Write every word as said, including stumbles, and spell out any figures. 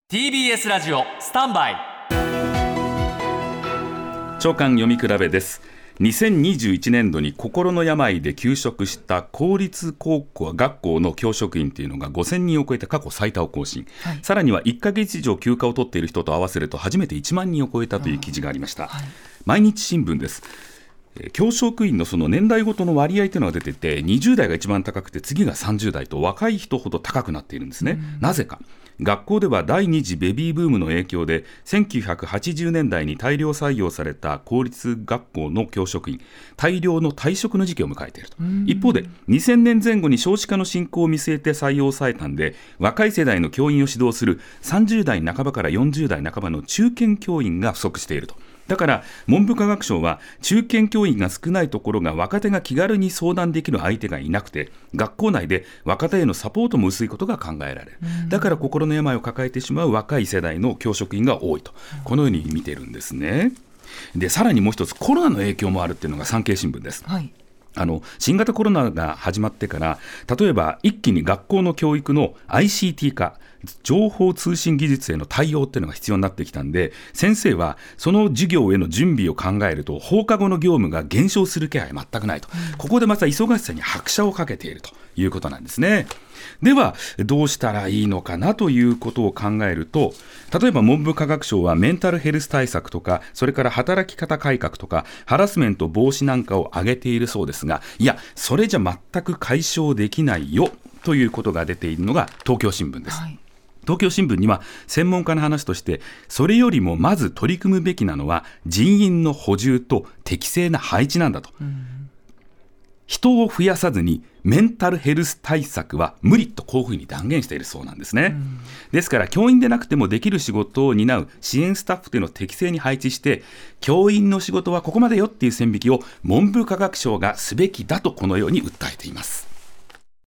ティービーエス ラジオスタンバイ朝刊読み比べです。にせんにじゅういちねんどに心の病で休職した公立高校学校の教職員というのがごせんにんを超えて過去最多を更新、はい、さらにはいっかげつ以上休暇を取っている人と合わせると初めていちまんにんを超えたという記事がありました、はい、毎日新聞です。教職員のその年代ごとの割合というのが出ていて、にじゅう代が一番高くて次がさんじゅう代と若い人ほど高くなっているんですね。なぜか、学校では第二次ベビーブームの影響でせんきゅうひゃくはちじゅうねんだいに大量採用された公立学校の教職員、大量の退職の時期を迎えていると。一方でにせんねんぜん後に少子化の進行を見据えて採用されたんで、若い世代の教員を指導するさんじゅう代半ばからよんじゅう代半ばの中堅教員が不足していると。だから文部科学省は中堅教員が少ないところが若手が気軽に相談できる相手がいなくて、学校内で若手へのサポートも薄いことが考えられる。だから心の病を抱えてしまう若い世代の教職員が多いと、このように見ているんですね。でさらにもう一つ、コロナの影響もあるっていうのが産経新聞です、はい。あの新型コロナが始まってから、例えば一気に学校の教育の アイシーティー 化、情報通信技術への対応っていうのが必要になってきたんで、先生はその授業への準備を考えると放課後の業務が減少する気配は全くないと、うん、ここでまた忙しさに拍車をかけているということなんですね。ではどうしたらいいのかなということを考えると、例えば文部科学省はメンタルヘルス対策とか、それから働き方改革とかハラスメント防止なんかを挙げているそうですが、いやそれじゃ全く解消できないよということが出ているのが東京新聞です、はい。東京新聞には専門家の話として、それよりもまず取り組むべきなのは人員の補充と適正な配置なんだと、うん、人を増やさずにメンタルヘルス対策は無理とこういうふうに断言しているそうなんですね、うん、ですから教員でなくてもできる仕事を担う支援スタッフというのを適正に配置して、教員の仕事はここまでよっていう線引きを文部科学省がすべきだとこのように訴えています。